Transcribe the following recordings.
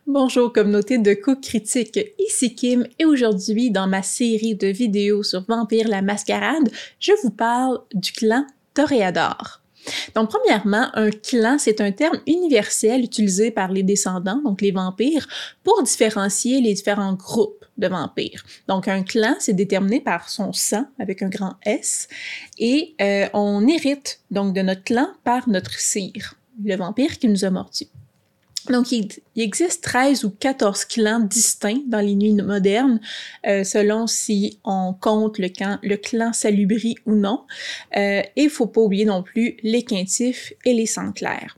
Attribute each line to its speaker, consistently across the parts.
Speaker 1: Bonjour communauté de coups critiques, ici Kim et aujourd'hui dans ma série de vidéos sur Vampire la Mascarade, je vous parle du clan Toréador. Donc premièrement, un clan c'est un terme universel utilisé par les descendants, donc les vampires, pour différencier les différents groupes de vampires. Donc un clan c'est déterminé par son sang avec un grand S et on hérite donc de notre clan par notre sire, le vampire qui nous a mordu. Donc, il existe 13 ou 14 clans distincts dans les nuits modernes, selon si on compte le clan Salubri ou non. Et il ne faut pas oublier non plus les Quintifs et les Sangclairs.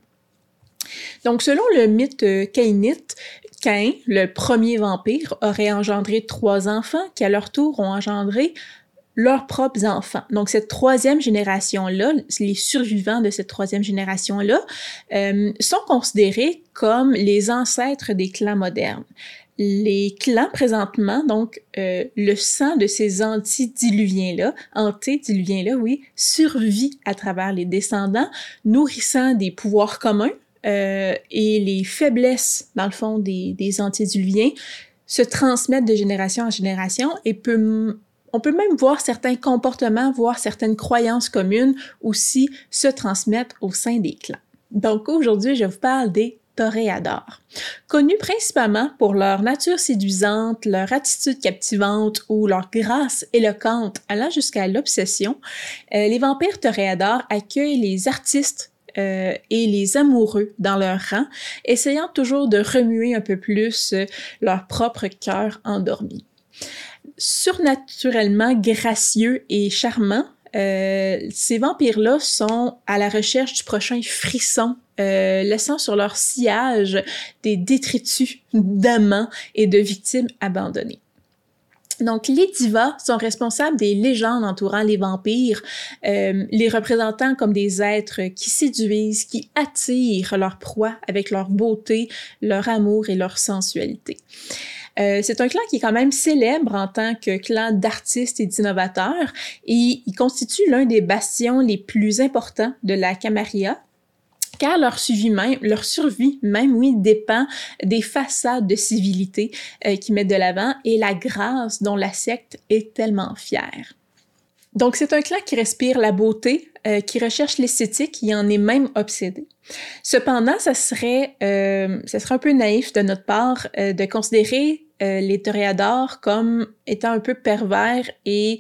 Speaker 1: Donc, selon le mythe caïnite, Caïn, le premier vampire, aurait engendré 3 enfants qui, à leur tour, ont engendré leurs propres enfants. Donc, cette troisième génération-là, les survivants de cette troisième génération-là, sont considérés comme les ancêtres des clans modernes. Les clans, présentement, donc, le sang de ces antédiluviens-là, oui, survit à travers les descendants, nourrissant des pouvoirs communs et les faiblesses, dans le fond, des antédiluviens se transmettent de génération en génération et on peut même voir certains comportements, voir certaines croyances communes aussi se transmettre au sein des clans. Donc aujourd'hui, je vous parle des Toréadors. Connus principalement pour leur nature séduisante, leur attitude captivante ou leur grâce éloquente allant jusqu'à l'obsession, les vampires Toréadors accueillent les artistes et les amoureux dans leur rang, essayant toujours de remuer un peu plus leur propre cœur endormi. Surnaturellement gracieux et charmants, ces vampires-là sont à la recherche du prochain frisson, laissant sur leur sillage des détritus d'amants et de victimes abandonnées. Donc, les divas sont responsables des légendes entourant les vampires, les représentant comme des êtres qui séduisent, qui attirent leur proie avec leur beauté, leur amour et leur sensualité. C'est un clan qui est quand même célèbre en tant que clan d'artistes et d'innovateurs et il constitue l'un des bastions les plus importants de la Camarilla, car leur survie même, oui, dépend des façades de civilité qu'ils mettent de l'avant et la grâce dont la secte est tellement fière. Donc, c'est un clan qui respire la beauté, qui recherche l'esthétique, qui en est même obsédé. Cependant, ça serait un peu naïf de notre part de considérer les Toréadors comme étant un peu pervers et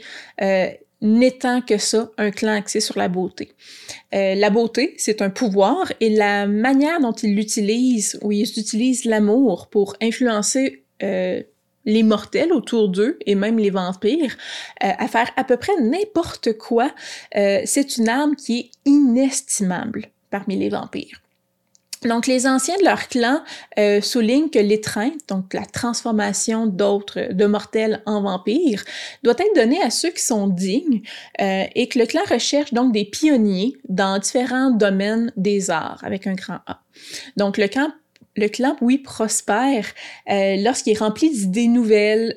Speaker 1: n'étant que ça, un clan axé sur la beauté. La beauté, c'est un pouvoir et la manière dont ils l'utilisent, ou ils utilisent l'amour pour influencer les mortels autour d'eux et même les vampires, à faire à peu près n'importe quoi, c'est une arme qui est inestimable parmi les vampires. Donc, les anciens de leur clan soulignent que l'étreinte, donc la transformation de mortels en vampires, doit être donnée à ceux qui sont dignes et que le clan recherche donc des pionniers dans différents domaines des arts, avec un grand A. Donc, le clan, oui, prospère lorsqu'il est rempli d'idées nouvelles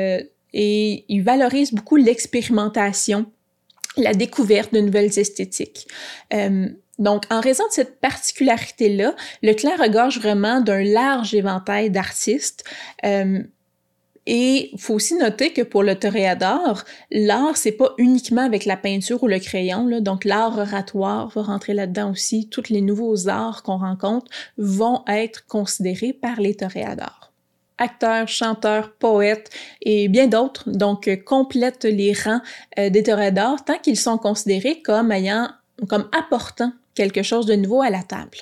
Speaker 1: et il valorise beaucoup l'expérimentation, la découverte de nouvelles esthétiques. Donc, en raison de cette particularité-là, le clan regorge vraiment d'un large éventail d'artistes. Et il faut aussi noter que pour le Toréador, l'art, c'est pas uniquement avec la peinture ou le crayon, là. Donc l'art oratoire va rentrer là-dedans aussi. Tous les nouveaux arts qu'on rencontre vont être considérés par les Toréadors. Acteurs, chanteurs, poètes et bien d'autres, donc complètent les rangs des Toréadors tant qu'ils sont considérés comme apportant quelque chose de nouveau à la table.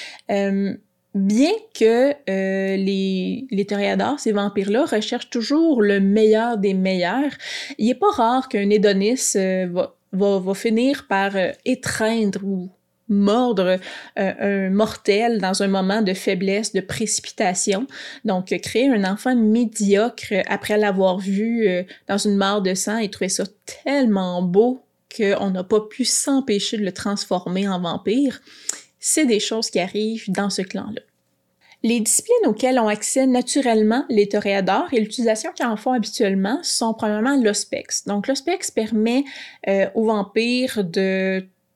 Speaker 1: Bien que les Toréadors, ces vampires-là, recherchent toujours le meilleur des meilleurs, il n'est pas rare qu'un hédoniste va finir par étreindre ou mordre un mortel dans un moment de faiblesse, de précipitation. Donc, créer un enfant médiocre après l'avoir vu dans une mare de sang et trouver ça tellement beau qu'on n'a pas pu s'empêcher de le transformer en vampire, c'est des choses qui arrivent dans ce clan-là. Les disciplines auxquelles ont accès naturellement les Toréadors et l'utilisation qu'ils en font habituellement sont premièrement l'Auspex. Donc l'Auspex permet aux vampires de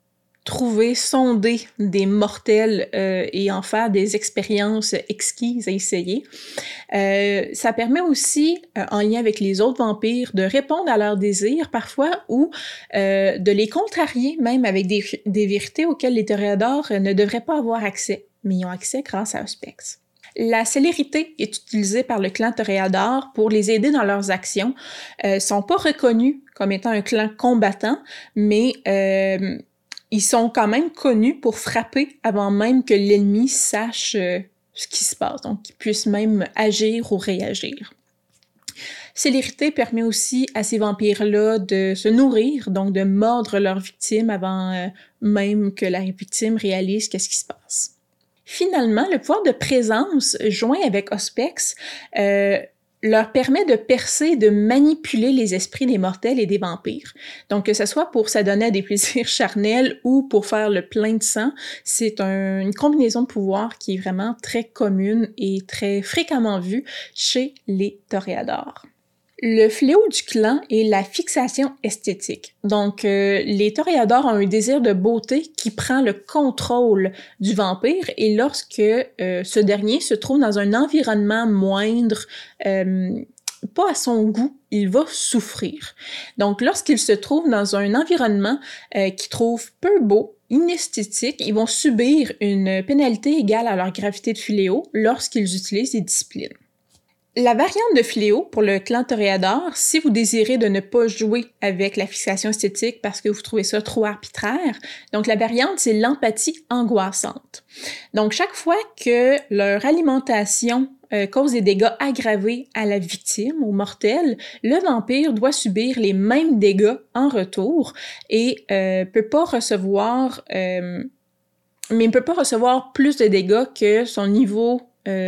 Speaker 1: trouver, sonder des mortels et en faire des expériences exquises à essayer. Ça permet aussi, en lien avec les autres vampires, de répondre à leurs désirs parfois ou de les contrarier même avec des vérités auxquelles les toréadors ne devraient pas avoir accès, mais ils ont accès grâce à Auspex. La célérité est utilisée par le clan toréador pour les aider dans leurs actions. Sont pas reconnus comme étant un clan combattant, mais ils sont quand même connus pour frapper avant même que l'ennemi sache ce qui se passe, donc qu'ils puissent même agir ou réagir. Célérité permet aussi à ces vampires-là de se nourrir, donc de mordre leurs victimes avant même que la victime réalise qu'est-ce qui se passe. Finalement, le pouvoir de présence joint avec Auspex leur permet de percer, de manipuler les esprits des mortels et des vampires. Donc, que ce soit pour s'adonner à des plaisirs charnels ou pour faire le plein de sang, c'est une combinaison de pouvoirs qui est vraiment très commune et très fréquemment vue chez les toréadors. Le fléau du clan est la fixation esthétique. Donc, les toréadors ont un désir de beauté qui prend le contrôle du vampire et lorsque ce dernier se trouve dans un environnement moindre, pas à son goût, il va souffrir. Donc, lorsqu'il se trouve dans un environnement qu'il trouve peu beau, inesthétique, ils vont subir une pénalité égale à leur gravité de fléau lorsqu'ils utilisent des disciplines. La variante de fléau pour le clan toréador, si vous désirez de ne pas jouer avec la fixation esthétique parce que vous trouvez ça trop arbitraire, donc la variante, c'est l'empathie angoissante. Donc, chaque fois que leur alimentation cause des dégâts aggravés à la victime, au mortel, le vampire doit subir les mêmes dégâts en retour et peut pas recevoir plus de dégâts que son niveau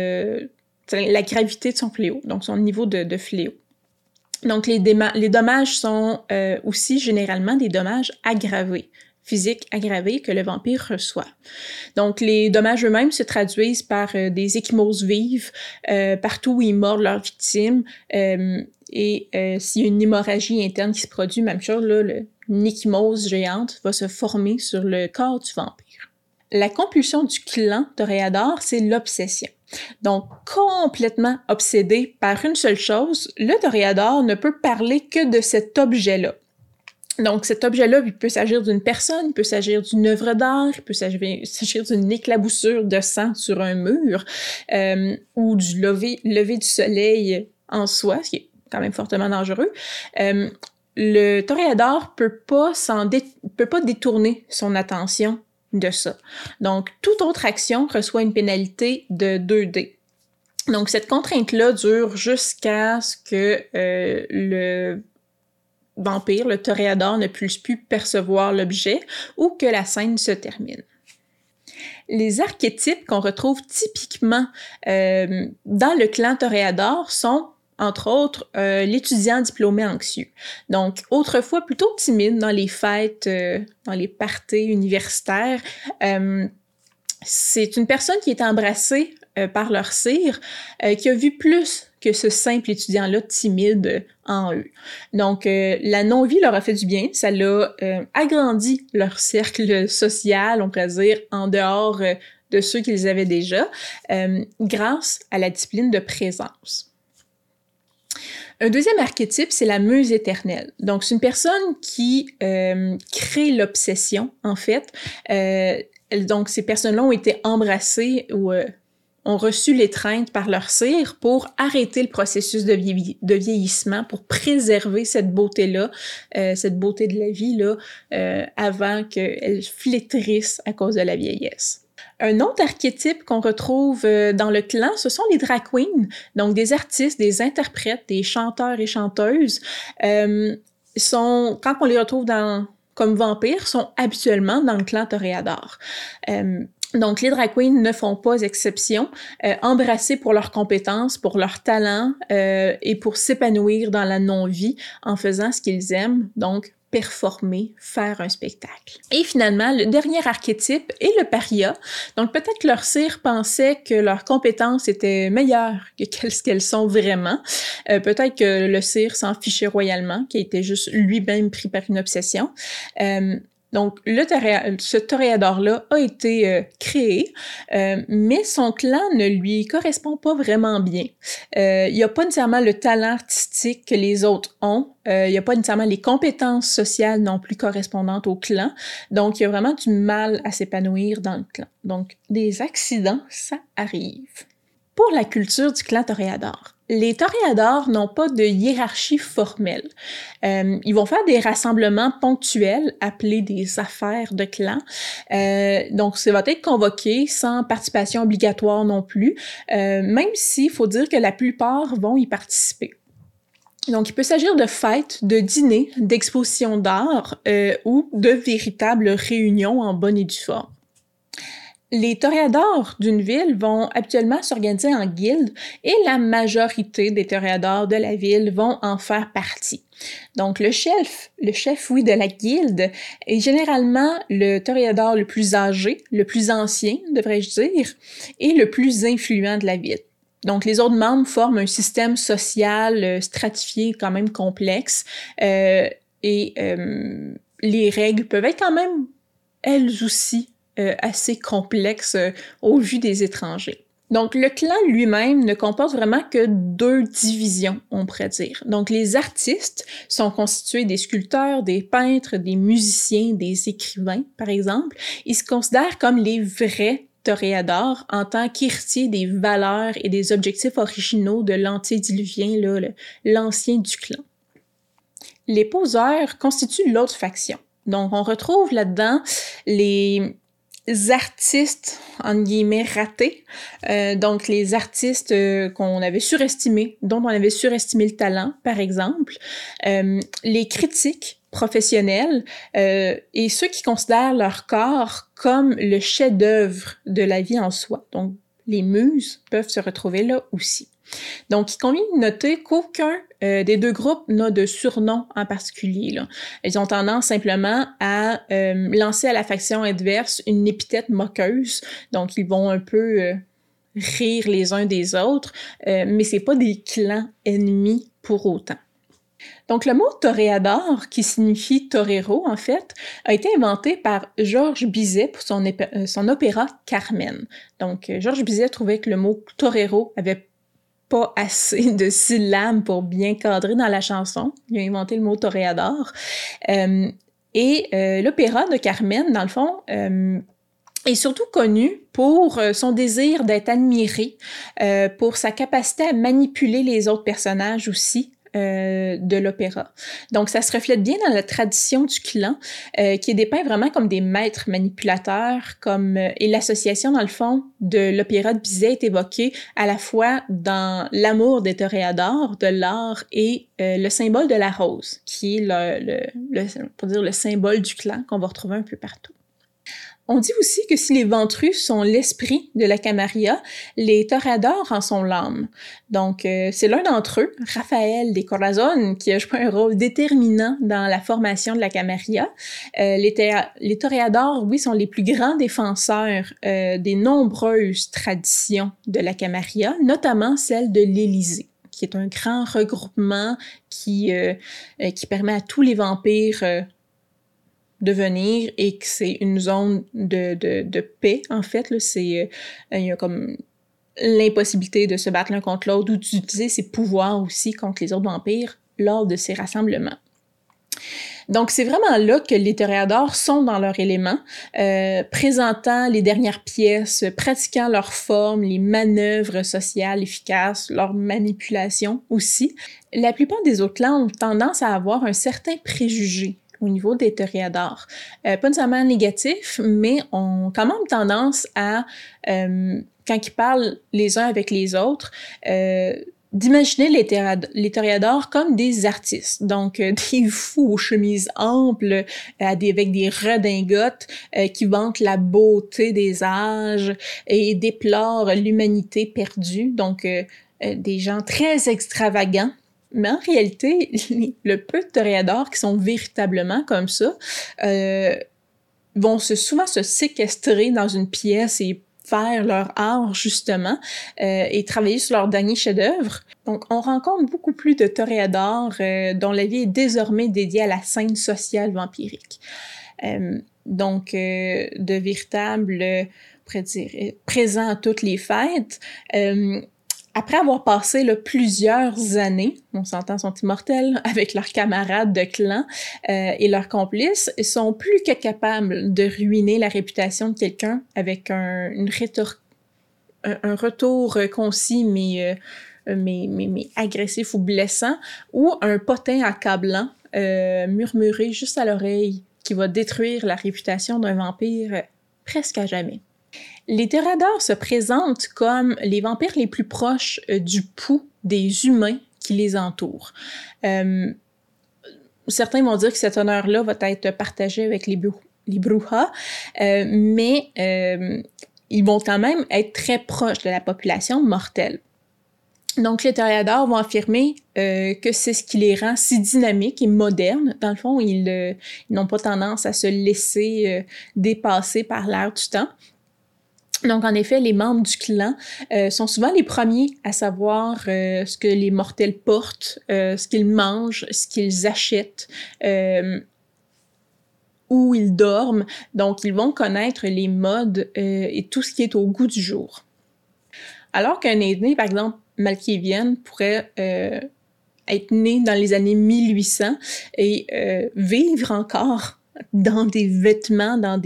Speaker 1: la gravité de son fléau, donc son niveau de fléau. Donc, les dommages sont aussi généralement des dommages aggravés, physiques aggravés que le vampire reçoit. Donc, les dommages eux-mêmes se traduisent par des ecchymoses vives partout où ils mordent leurs victimes et s'il y a une hémorragie interne qui se produit, même chose, là, une ecchymose géante va se former sur le corps du vampire. La compulsion du clan toréador, c'est l'obsession. Donc, complètement obsédé par une seule chose, le toréador ne peut parler que de cet objet-là. Donc, cet objet-là, il peut s'agir d'une personne, il peut s'agir d'une œuvre d'art, il peut s'agir d'une éclaboussure de sang sur un mur, ou du lever du soleil en soi, ce qui est quand même fortement dangereux. Le toréador peut pas détourner son attention de ça. Donc, toute autre action reçoit une pénalité de 2D. Donc, cette contrainte-là dure jusqu'à ce que le vampire, le toréador, ne puisse plus percevoir l'objet ou que la scène se termine. Les archétypes qu'on retrouve typiquement dans le clan toréador sont entre autres, l'étudiant diplômé anxieux. Donc, autrefois plutôt timide dans les fêtes, dans les parties universitaires, c'est une personne qui est embrassée par leur sire, qui a vu plus que ce simple étudiant-là timide en eux. Donc, la non-vie leur a fait du bien, ça l'a agrandi leur cercle social, on pourrait dire, en dehors de ceux qu'ils avaient déjà, grâce à la discipline de présence. Un deuxième archétype, c'est la muse éternelle. Donc, c'est une personne qui crée l'obsession, en fait. Donc, ces personnes-là ont été embrassées ou ont reçu l'étreinte par leur sire pour arrêter le processus de vieillissement, pour préserver cette beauté-là, cette beauté de la vie-là, avant qu'elle flétrisse à cause de la vieillesse. Un autre archétype qu'on retrouve dans le clan, ce sont les drag queens, donc des artistes, des interprètes, des chanteurs et chanteuses. Quand on les retrouve comme vampires, sont habituellement dans le clan toréador. Donc, les drag queens ne font pas exception, embrassés pour leurs compétences, pour leur talent et pour s'épanouir dans la non-vie en faisant ce qu'ils aiment, donc performer, faire un spectacle. Et finalement, le dernier archétype est le paria. Donc, peut-être que leur sire pensait que leurs compétences étaient meilleures que ce qu'elles sont vraiment. Peut-être que le sire s'en fichait royalement, qu'il était juste lui-même pris par une obsession. Donc, ce toréador-là a été créé, mais son clan ne lui correspond pas vraiment bien. Il n'a pas nécessairement le talent artistique que les autres ont. Il n'a pas nécessairement les compétences sociales non plus correspondantes au clan. Donc, il y a vraiment du mal à s'épanouir dans le clan. Donc, des accidents, ça arrive. Pour la culture du clan toréador, les toréadors n'ont pas de hiérarchie formelle. Ils vont faire des rassemblements ponctuels appelés des affaires de clan. Donc, ça va être convoqué sans participation obligatoire non plus, même s'il faut dire que la plupart vont y participer. Donc, il peut s'agir de fêtes, de dîners, d'expositions d'art ou de véritables réunions en bonne et due forme. Les toréadors d'une ville vont habituellement s'organiser en guildes et la majorité des toréadors de la ville vont en faire partie. Donc le chef de la guilde est généralement le toréador le plus âgé, le plus ancien, devrais-je dire, et le plus influent de la ville. Donc les autres membres forment un système social stratifié quand même complexe et les règles peuvent être quand même, elles aussi, assez complexe au vu des étrangers. Donc, le clan lui-même ne comporte vraiment que 2 divisions, on pourrait dire. Donc, les artistes sont constitués des sculpteurs, des peintres, des musiciens, des écrivains, par exemple. Ils se considèrent comme les vrais toréadors en tant qu'héritiers des valeurs et des objectifs originaux de l'antédiluvien, là, l'ancien du clan. Les poseurs constituent l'autre faction. Donc, on retrouve là-dedans les artistes, entre guillemets, ratés. Donc, les artistes dont on avait surestimé le talent, par exemple. Les critiques professionnels et ceux qui considèrent leur corps comme le chef-d'œuvre de la vie en soi. Donc, les muses peuvent se retrouver là aussi. Donc, il convient de noter qu'aucun des 2 groupes n'a de surnom en particulier, là. Ils ont tendance simplement à lancer à la faction adverse une épithète moqueuse. Donc, ils vont un peu rire les uns des autres, mais c'est pas des clans ennemis pour autant. Donc, le mot toréador, qui signifie torero, en fait, a été inventé par Georges Bizet pour son opéra Carmen. Donc, Georges Bizet trouvait que le mot torero avait pas assez de syllabes pour bien cadrer dans la chanson. Il a inventé le mot toréador. L'opéra de Carmen, dans le fond, est surtout connu pour son désir d'être admiré, pour sa capacité à manipuler les autres personnages aussi, de l'opéra. Donc, ça se reflète bien dans la tradition du clan, qui est dépeint vraiment comme des maîtres manipulateurs, et l'association, dans le fond, de l'opéra de Bizet est évoquée à la fois dans l'amour des toréadors, de l'art, et le symbole de la rose, qui est le symbole du clan qu'on va retrouver un peu partout. On dit aussi que si les ventrus sont l'esprit de la Camarilla, les toréadors en sont l'âme. Donc, c'est l'un d'entre eux, Raphaël de Corazon, qui a joué un rôle déterminant dans la formation de la Camarilla. Les toréadors, oui, sont les plus grands défenseurs des nombreuses traditions de la Camarilla, notamment celle de l'Élysée, qui est un grand regroupement qui permet à tous les vampires de venir et que c'est une zone de paix, en fait. Là, il y a comme l'impossibilité de se battre l'un contre l'autre ou d'utiliser ses pouvoirs aussi contre les autres vampires lors de ces rassemblements. Donc, c'est vraiment là que les toréadors sont dans leur élément, présentant les dernières pièces, pratiquant leurs formes, les manœuvres sociales efficaces, leur manipulation aussi. La plupart des autres clans ont tendance à avoir un certain préjugé au niveau des toréadors. Pas nécessairement négatif, mais ont quand même tendance à, quand ils parlent les uns avec les autres, d'imaginer les toréadors comme des artistes. Donc, des fous aux chemises amples, avec des redingotes, qui vantent la beauté des âges et déplorent l'humanité perdue. Donc, des gens très extravagants. Mais en réalité, le peu de toréadors qui sont véritablement comme ça vont souvent se séquestrer dans une pièce et faire leur art, justement, et travailler sur leur dernier chef-d'œuvre. Donc, on rencontre beaucoup plus de toréadors dont la vie est désormais dédiée à la scène sociale vampirique. Donc, de véritables, on pourrait dire, présents à toutes les fêtes. Après avoir passé là, plusieurs années, on s'entend, sont immortels, avec leurs camarades de clan et leurs complices, ils sont plus que capables de ruiner la réputation de quelqu'un avec un retour concis, mais agressif ou blessant, ou un potin accablant, murmuré juste à l'oreille, qui va détruire la réputation d'un vampire presque à jamais. Les toréadors se présentent comme les vampires les plus proches du pouls des humains qui les entourent. Certains vont dire que cet honneur-là va être partagé avec les Brujahs, mais ils vont quand même être très proches de la population mortelle. Donc, les toréadors vont affirmer que c'est ce qui les rend si dynamiques et modernes. Dans le fond, ils n'ont pas tendance à se laisser dépasser par l'air du temps. Donc, en effet, les membres du clan sont souvent les premiers à savoir ce que les mortels portent, ce qu'ils mangent, ce qu'ils achètent, où ils dorment. Donc, ils vont connaître les modes et tout ce qui est au goût du jour. Alors qu'un aîné, par exemple, Malkavian, pourrait être né dans les années 1800 et vivre encore dans des vêtements, dans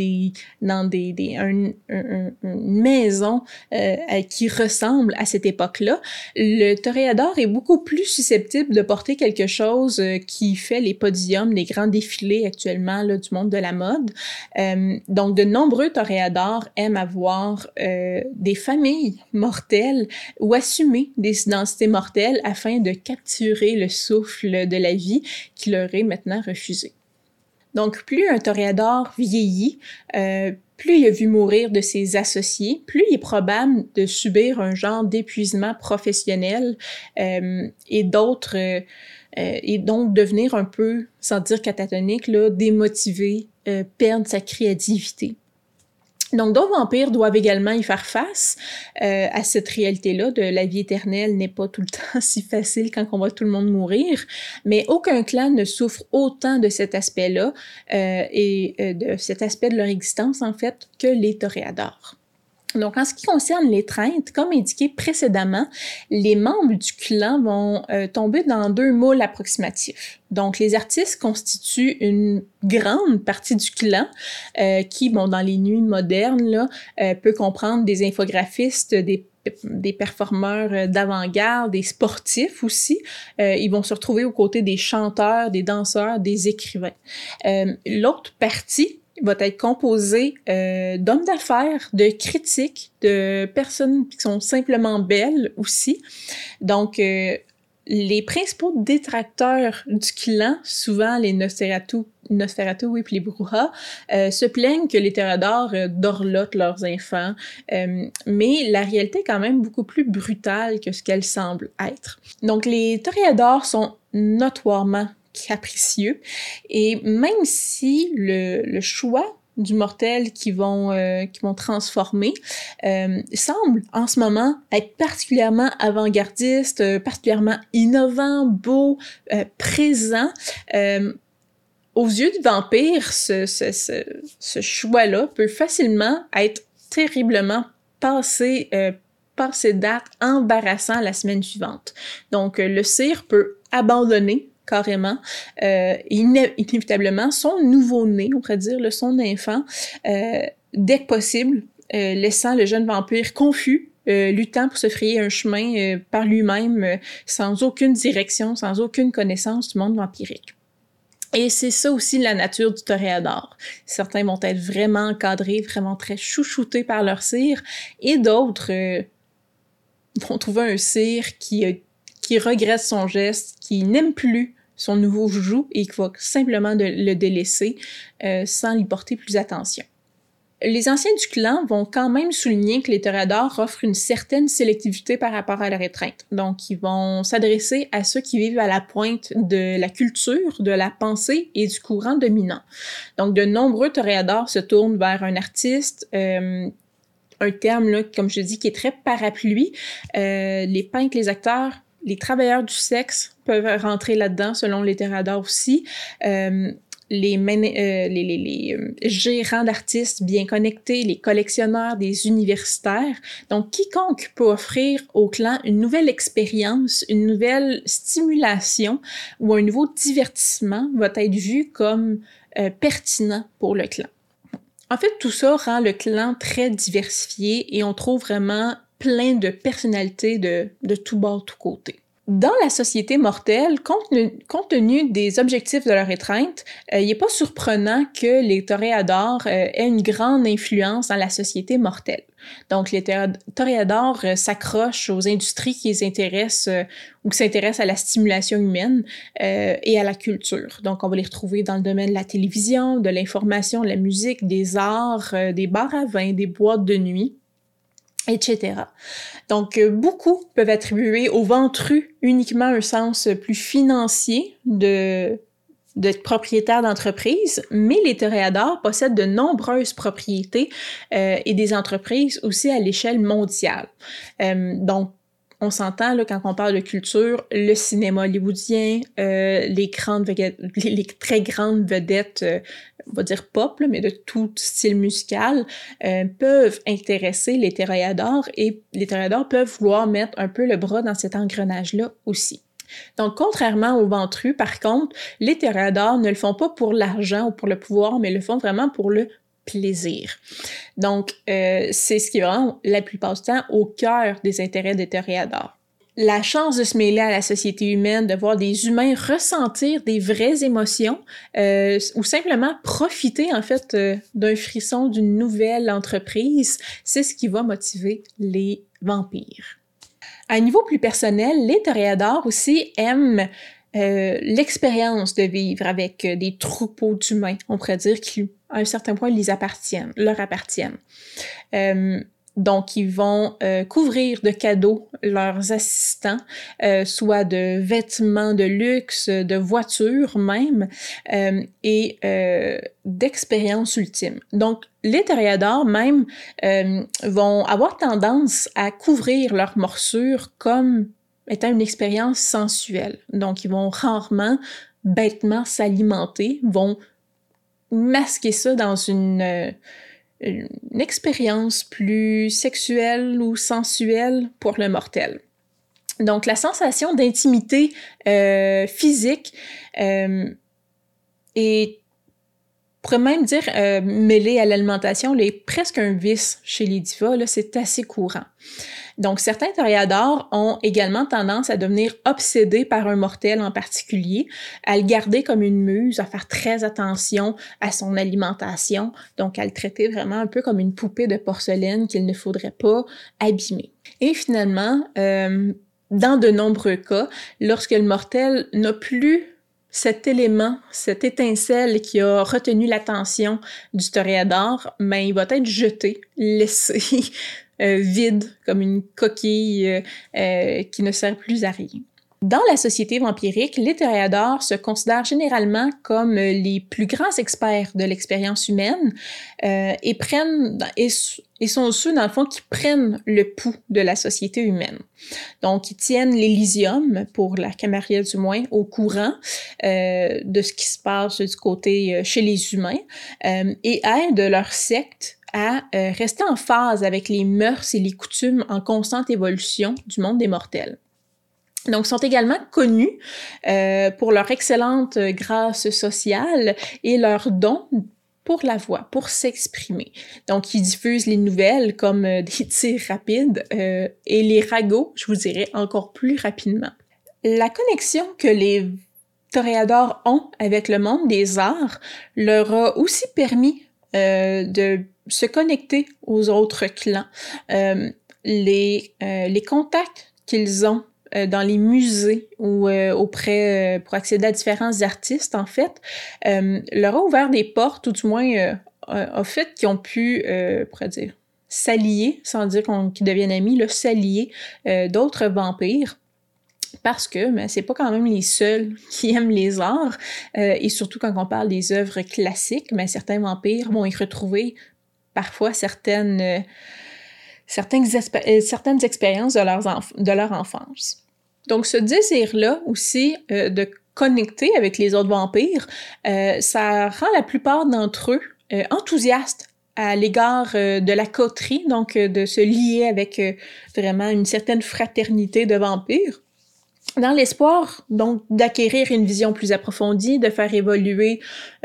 Speaker 1: une maison qui ressemble à cette époque-là, le toréador est beaucoup plus susceptible de porter quelque chose qui fait les podiums des grands défilés actuellement là, du monde de la mode. Donc, de nombreux toréadors aiment avoir des familles mortelles ou assumer des identités mortelles afin de capturer le souffle de la vie qui leur est maintenant refusé. Donc, plus un toréador vieillit, plus il a vu mourir de ses associés, plus il est probable de subir un genre d'épuisement professionnel et donc devenir un peu, sans dire catatonique, là, démotivé, perdre sa créativité. Donc, d'autres vampires doivent également y faire face à cette réalité-là de la vie éternelle n'est pas tout le temps si facile quand on voit tout le monde mourir, mais aucun clan ne souffre autant de cet aspect-là de cet aspect de leur existence, en fait, que les toréadors. Donc, en ce qui concerne l'étreinte, comme indiqué précédemment, les membres du clan vont tomber dans deux moules approximatifs. Donc, les artistes constituent une grande partie du clan qui, dans les nuits modernes, là, peut comprendre des infographistes, des performeurs d'avant-garde, des sportifs aussi. Ils vont se retrouver aux côtés des chanteurs, des danseurs, des écrivains. L'autre partie va être composé d'hommes d'affaires, de critiques, de personnes qui sont simplement belles aussi. Donc, les principaux détracteurs du clan, souvent les Nosferatu, oui, puis les Brujahs, se plaignent que les toréadors dorlotent leurs enfants, mais la réalité est quand même beaucoup plus brutale que ce qu'elle semble être. Donc, les toréadors sont notoirement capricieux, et même si le choix du mortel qui vont transformer semble en ce moment être particulièrement avant-gardiste, particulièrement innovant, beau, présent, aux yeux du vampire, ce choix-là peut facilement être terriblement passé date, embarrassant la semaine suivante. Donc, le sire peut abandonner carrément, inévitablement, son nouveau-né, on pourrait dire, son enfant, dès que possible, laissant le jeune vampire confus, luttant pour se frayer un chemin par lui-même, sans aucune direction, sans aucune connaissance du monde vampirique. Et c'est ça aussi la nature du toréador. Certains vont être vraiment encadrés, vraiment très chouchoutés par leur sire, et d'autres vont trouver un sire qui regrette son geste, qui n'aime plus son nouveau joujou et qui va simplement le délaisser sans y porter plus attention. Les anciens du clan vont quand même souligner que les toréadors offrent une certaine sélectivité par rapport à leur étreinte. Donc, ils vont s'adresser à ceux qui vivent à la pointe de la culture, de la pensée et du courant dominant. Donc, de nombreux toréadors se tournent vers un artiste, un terme, là, comme je dis, qui est très parapluie. Les peintres, les acteurs, les travailleurs du sexe peuvent rentrer là-dedans, selon les toréadors aussi. les gérants d'artistes bien connectés, les collectionneurs, des universitaires. Donc, quiconque peut offrir au clan une nouvelle expérience, une nouvelle stimulation ou un nouveau divertissement va être vu comme pertinent pour le clan. En fait, tout ça rend le clan très diversifié et on trouve vraiment plein de personnalités de tout bord, tout côté. Dans la société mortelle, compte tenu des objectifs de leur étreinte, il n'est pas surprenant que les toréadors aient une grande influence dans la société mortelle. Donc, les toréadors s'accrochent aux industries qui les intéressent ou qui s'intéressent à la stimulation humaine et à la culture. Donc, on va les retrouver dans le domaine de la télévision, de l'information, de la musique, des arts, des bars à vin, des boîtes de nuit, etc. Donc, beaucoup peuvent attribuer au ventru uniquement un sens plus financier d'être propriétaire d'entreprise, mais les toréadors possèdent de nombreuses propriétés et des entreprises aussi à l'échelle mondiale. Donc, on s'entend là, quand on parle de culture, le cinéma hollywoodien, les très grandes vedettes, on va dire pop, là, mais de tout style musical, peuvent intéresser les toréadors et les toréadors peuvent vouloir mettre un peu le bras dans cet engrenage-là aussi. Donc, contrairement aux ventrus, par contre, les toréadors ne le font pas pour l'argent ou pour le pouvoir, mais le font vraiment pour le plaisir. Donc, c'est ce qui est vraiment, la plupart du temps, au cœur des intérêts des toréadors. La chance de se mêler à la société humaine, de voir des humains ressentir des vraies émotions ou simplement profiter, en fait, d'un frisson d'une nouvelle entreprise, c'est ce qui va motiver les vampires. À un niveau plus personnel, les toréadors aussi aiment l'expérience de vivre avec des troupeaux d'humains, on pourrait dire, qui, à un certain point, leur appartiennent. Donc, ils vont couvrir de cadeaux leurs assistants, soit de vêtements de luxe, de voitures même, et d'expériences ultimes. Donc, les toréadors même vont avoir tendance à couvrir leurs morsures comme étant une expérience sensuelle. Donc, ils vont rarement, bêtement s'alimenter, vont masquer ça dans une expérience plus sexuelle ou sensuelle pour le mortel. Donc, la sensation d'intimité physique est, on pourrait même dire, mêlée à l'alimentation, est presque un vice chez les divas, là, c'est assez courant. Donc, certains toréadors ont également tendance à devenir obsédés par un mortel en particulier, à le garder comme une muse, à faire très attention à son alimentation, donc à le traiter vraiment un peu comme une poupée de porcelaine qu'il ne faudrait pas abîmer. Et finalement, dans de nombreux cas, lorsque le mortel n'a plus cet élément, cette étincelle qui a retenu l'attention du toréador, ben, il va être jeté, laissé vide, comme une coquille qui ne sert plus à rien. Dans la société vampirique, les toréadors se considèrent généralement comme les plus grands experts de l'expérience humaine et sont ceux, dans le fond, qui prennent le pouls de la société humaine. Donc, ils tiennent l'Elysium, pour la Camarilla du moins, au courant de ce qui se passe du côté chez les humains et aident leur secte à rester en phase avec les mœurs et les coutumes en constante évolution du monde des mortels. Donc, sont également connus pour leur excellente grâce sociale et leur don pour la voix, pour s'exprimer. Donc, ils diffusent les nouvelles comme des tirs rapides et les ragots, je vous dirais, encore plus rapidement. La connexion que les toréadors ont avec le monde des arts leur a aussi permis de se connecter aux autres clans. Les contacts qu'ils ont dans les musées ou auprès pour accéder à différents artistes, en fait, leur a ouvert des portes, ou du moins a fait qu'ils ont pu, pourrait dire, s'allier, sans dire qu'ils deviennent amis, là, s'allier d'autres vampires. Parce que c'est pas quand même les seuls qui aiment les arts, et surtout quand on parle des œuvres classiques, certains vampires vont y retrouver parfois certaines expériences de leur enfance. Donc, ce désir-là aussi de connecter avec les autres vampires, ça rend la plupart d'entre eux enthousiastes à l'égard de la coterie, donc de se lier avec vraiment une certaine fraternité de vampires, dans l'espoir donc d'acquérir une vision plus approfondie, de faire évoluer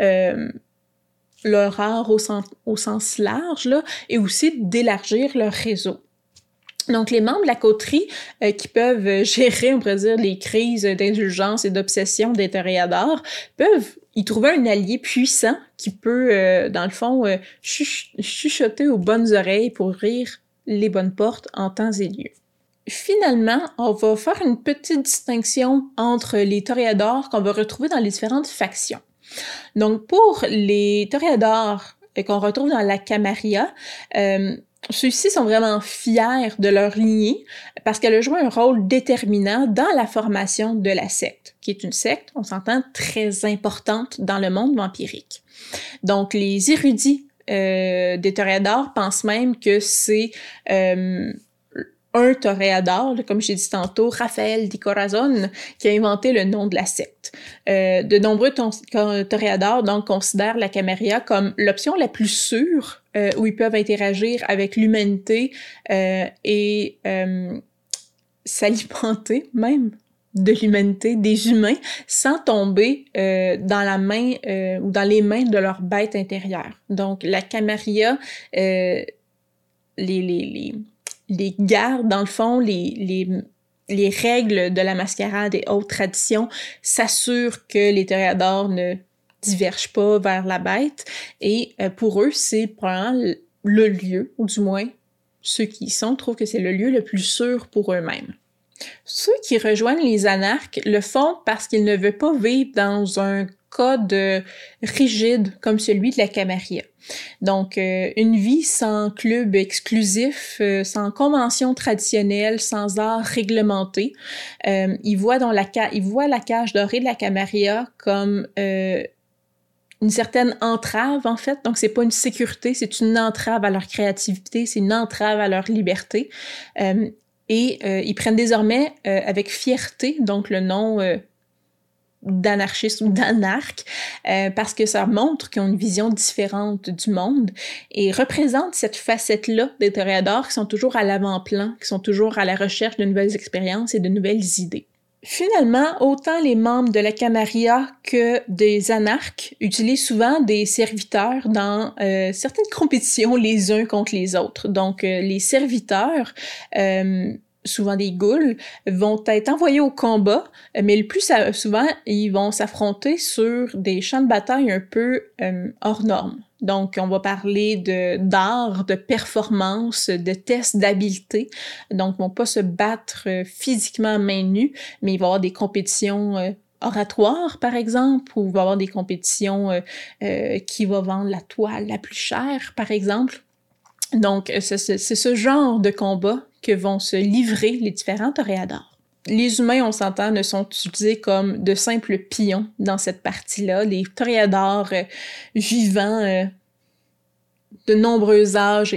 Speaker 1: leur art au sens large, là, et aussi d'élargir leur réseau. Donc, les membres de la coterie qui peuvent gérer, on pourrait dire, les crises d'indulgence et d'obsession des toréadors peuvent y trouver un allié puissant qui peut, dans le fond, chuchoter aux bonnes oreilles pour ouvrir les bonnes portes en temps et lieu. Finalement, on va faire une petite distinction entre les toréadors qu'on va retrouver dans les différentes factions. Donc, pour les toréadors qu'on retrouve dans la Camarilla, ceux-ci sont vraiment fiers de leur lignée parce qu'elle a joué un rôle déterminant dans la formation de la secte, qui est une secte, on s'entend, très importante dans le monde vampirique. Donc, les érudits des toréadors pensent même que c'est un toréador, comme j'ai dit tantôt, Rafael di Corazon, qui a inventé le nom de la secte. De nombreux toréadors donc considèrent la Camarilla comme l'option la plus sûre où ils peuvent interagir avec l'humanité et s'alimenter même de l'humanité, des humains, sans tomber dans la main ou dans les mains de leur bête intérieure. Donc la Camarilla, les gardes, dans le fond, les règles de la mascarade et autres traditions s'assurent que les toréadors ne divergent pas vers la bête. Et pour eux, c'est probablement le lieu, ou du moins ceux qui y sont trouvent que c'est le lieu le plus sûr pour eux-mêmes. Ceux qui rejoignent les anarches le font parce qu'ils ne veulent pas vivre dans un code rigide comme celui de la Camarilla. Donc, une vie sans club exclusif, sans convention traditionnelle, sans art réglementé. Ils voient la cage dorée de la Camarilla comme une certaine entrave, en fait. Donc, c'est pas une sécurité, c'est une entrave à leur créativité, c'est une entrave à leur liberté. Et ils prennent désormais avec fierté, donc le nom d'anarchiste ou d'anarque, parce que ça montre qu'ils ont une vision différente du monde et représente cette facette-là des toréadors qui sont toujours à l'avant-plan, qui sont toujours à la recherche de nouvelles expériences et de nouvelles idées. Finalement, autant les membres de la Camarilla que des anarques utilisent souvent des serviteurs dans certaines compétitions les uns contre les autres. Donc, les serviteurs souvent des ghouls, vont être envoyés au combat, mais le plus souvent, ils vont s'affronter sur des champs de bataille un peu hors normes. Donc, on va parler d'art, de performance, de tests d'habileté. Donc, ils vont pas se battre physiquement à main nue, mais il va y avoir des compétitions oratoires, par exemple, ou il va y avoir des compétitions qui vont vendre la toile la plus chère, par exemple. Donc, c'est ce genre de combat que vont se livrer les différents toréadors. Les humains, on s'entend, ne sont utilisés comme de simples pions dans cette partie-là. Les toréadors vivants de nombreux âges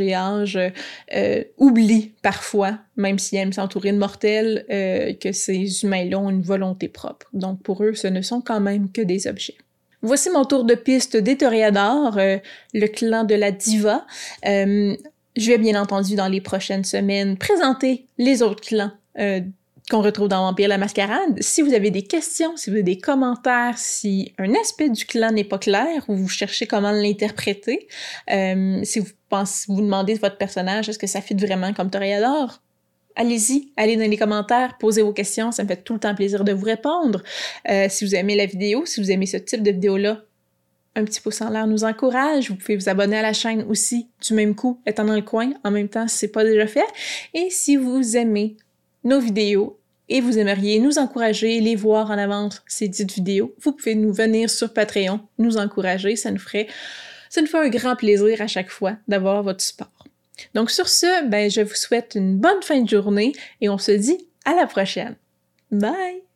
Speaker 1: oublient parfois, même s'ils aiment s'entourer de mortels, que ces humains-là ont une volonté propre. Donc, pour eux, ce ne sont quand même que des objets. Voici mon tour de piste des toréadors, le clan de la diva. Je vais bien entendu dans les prochaines semaines présenter les autres clans qu'on retrouve dans Vampire la Mascarade. Si vous avez des questions, si vous avez des commentaires, si un aspect du clan n'est pas clair ou vous cherchez comment l'interpréter, si vous demandez de votre personnage, est-ce que ça fit vraiment comme toréador? Allez-y, allez dans les commentaires, posez vos questions, ça me fait tout le temps plaisir de vous répondre. Si vous aimez la vidéo, si vous aimez ce type de vidéo-là, un petit pouce en l'air nous encourage. Vous pouvez vous abonner à la chaîne aussi du même coup, étant dans le coin, en même temps si c'est pas déjà fait. Et si vous aimez nos vidéos et vous aimeriez nous encourager, les voir en avance, ces dites vidéos, vous pouvez nous venir sur Patreon, nous encourager. Ça nous fait un grand plaisir à chaque fois d'avoir votre support. Donc sur ce, je vous souhaite une bonne fin de journée et on se dit à la prochaine. Bye!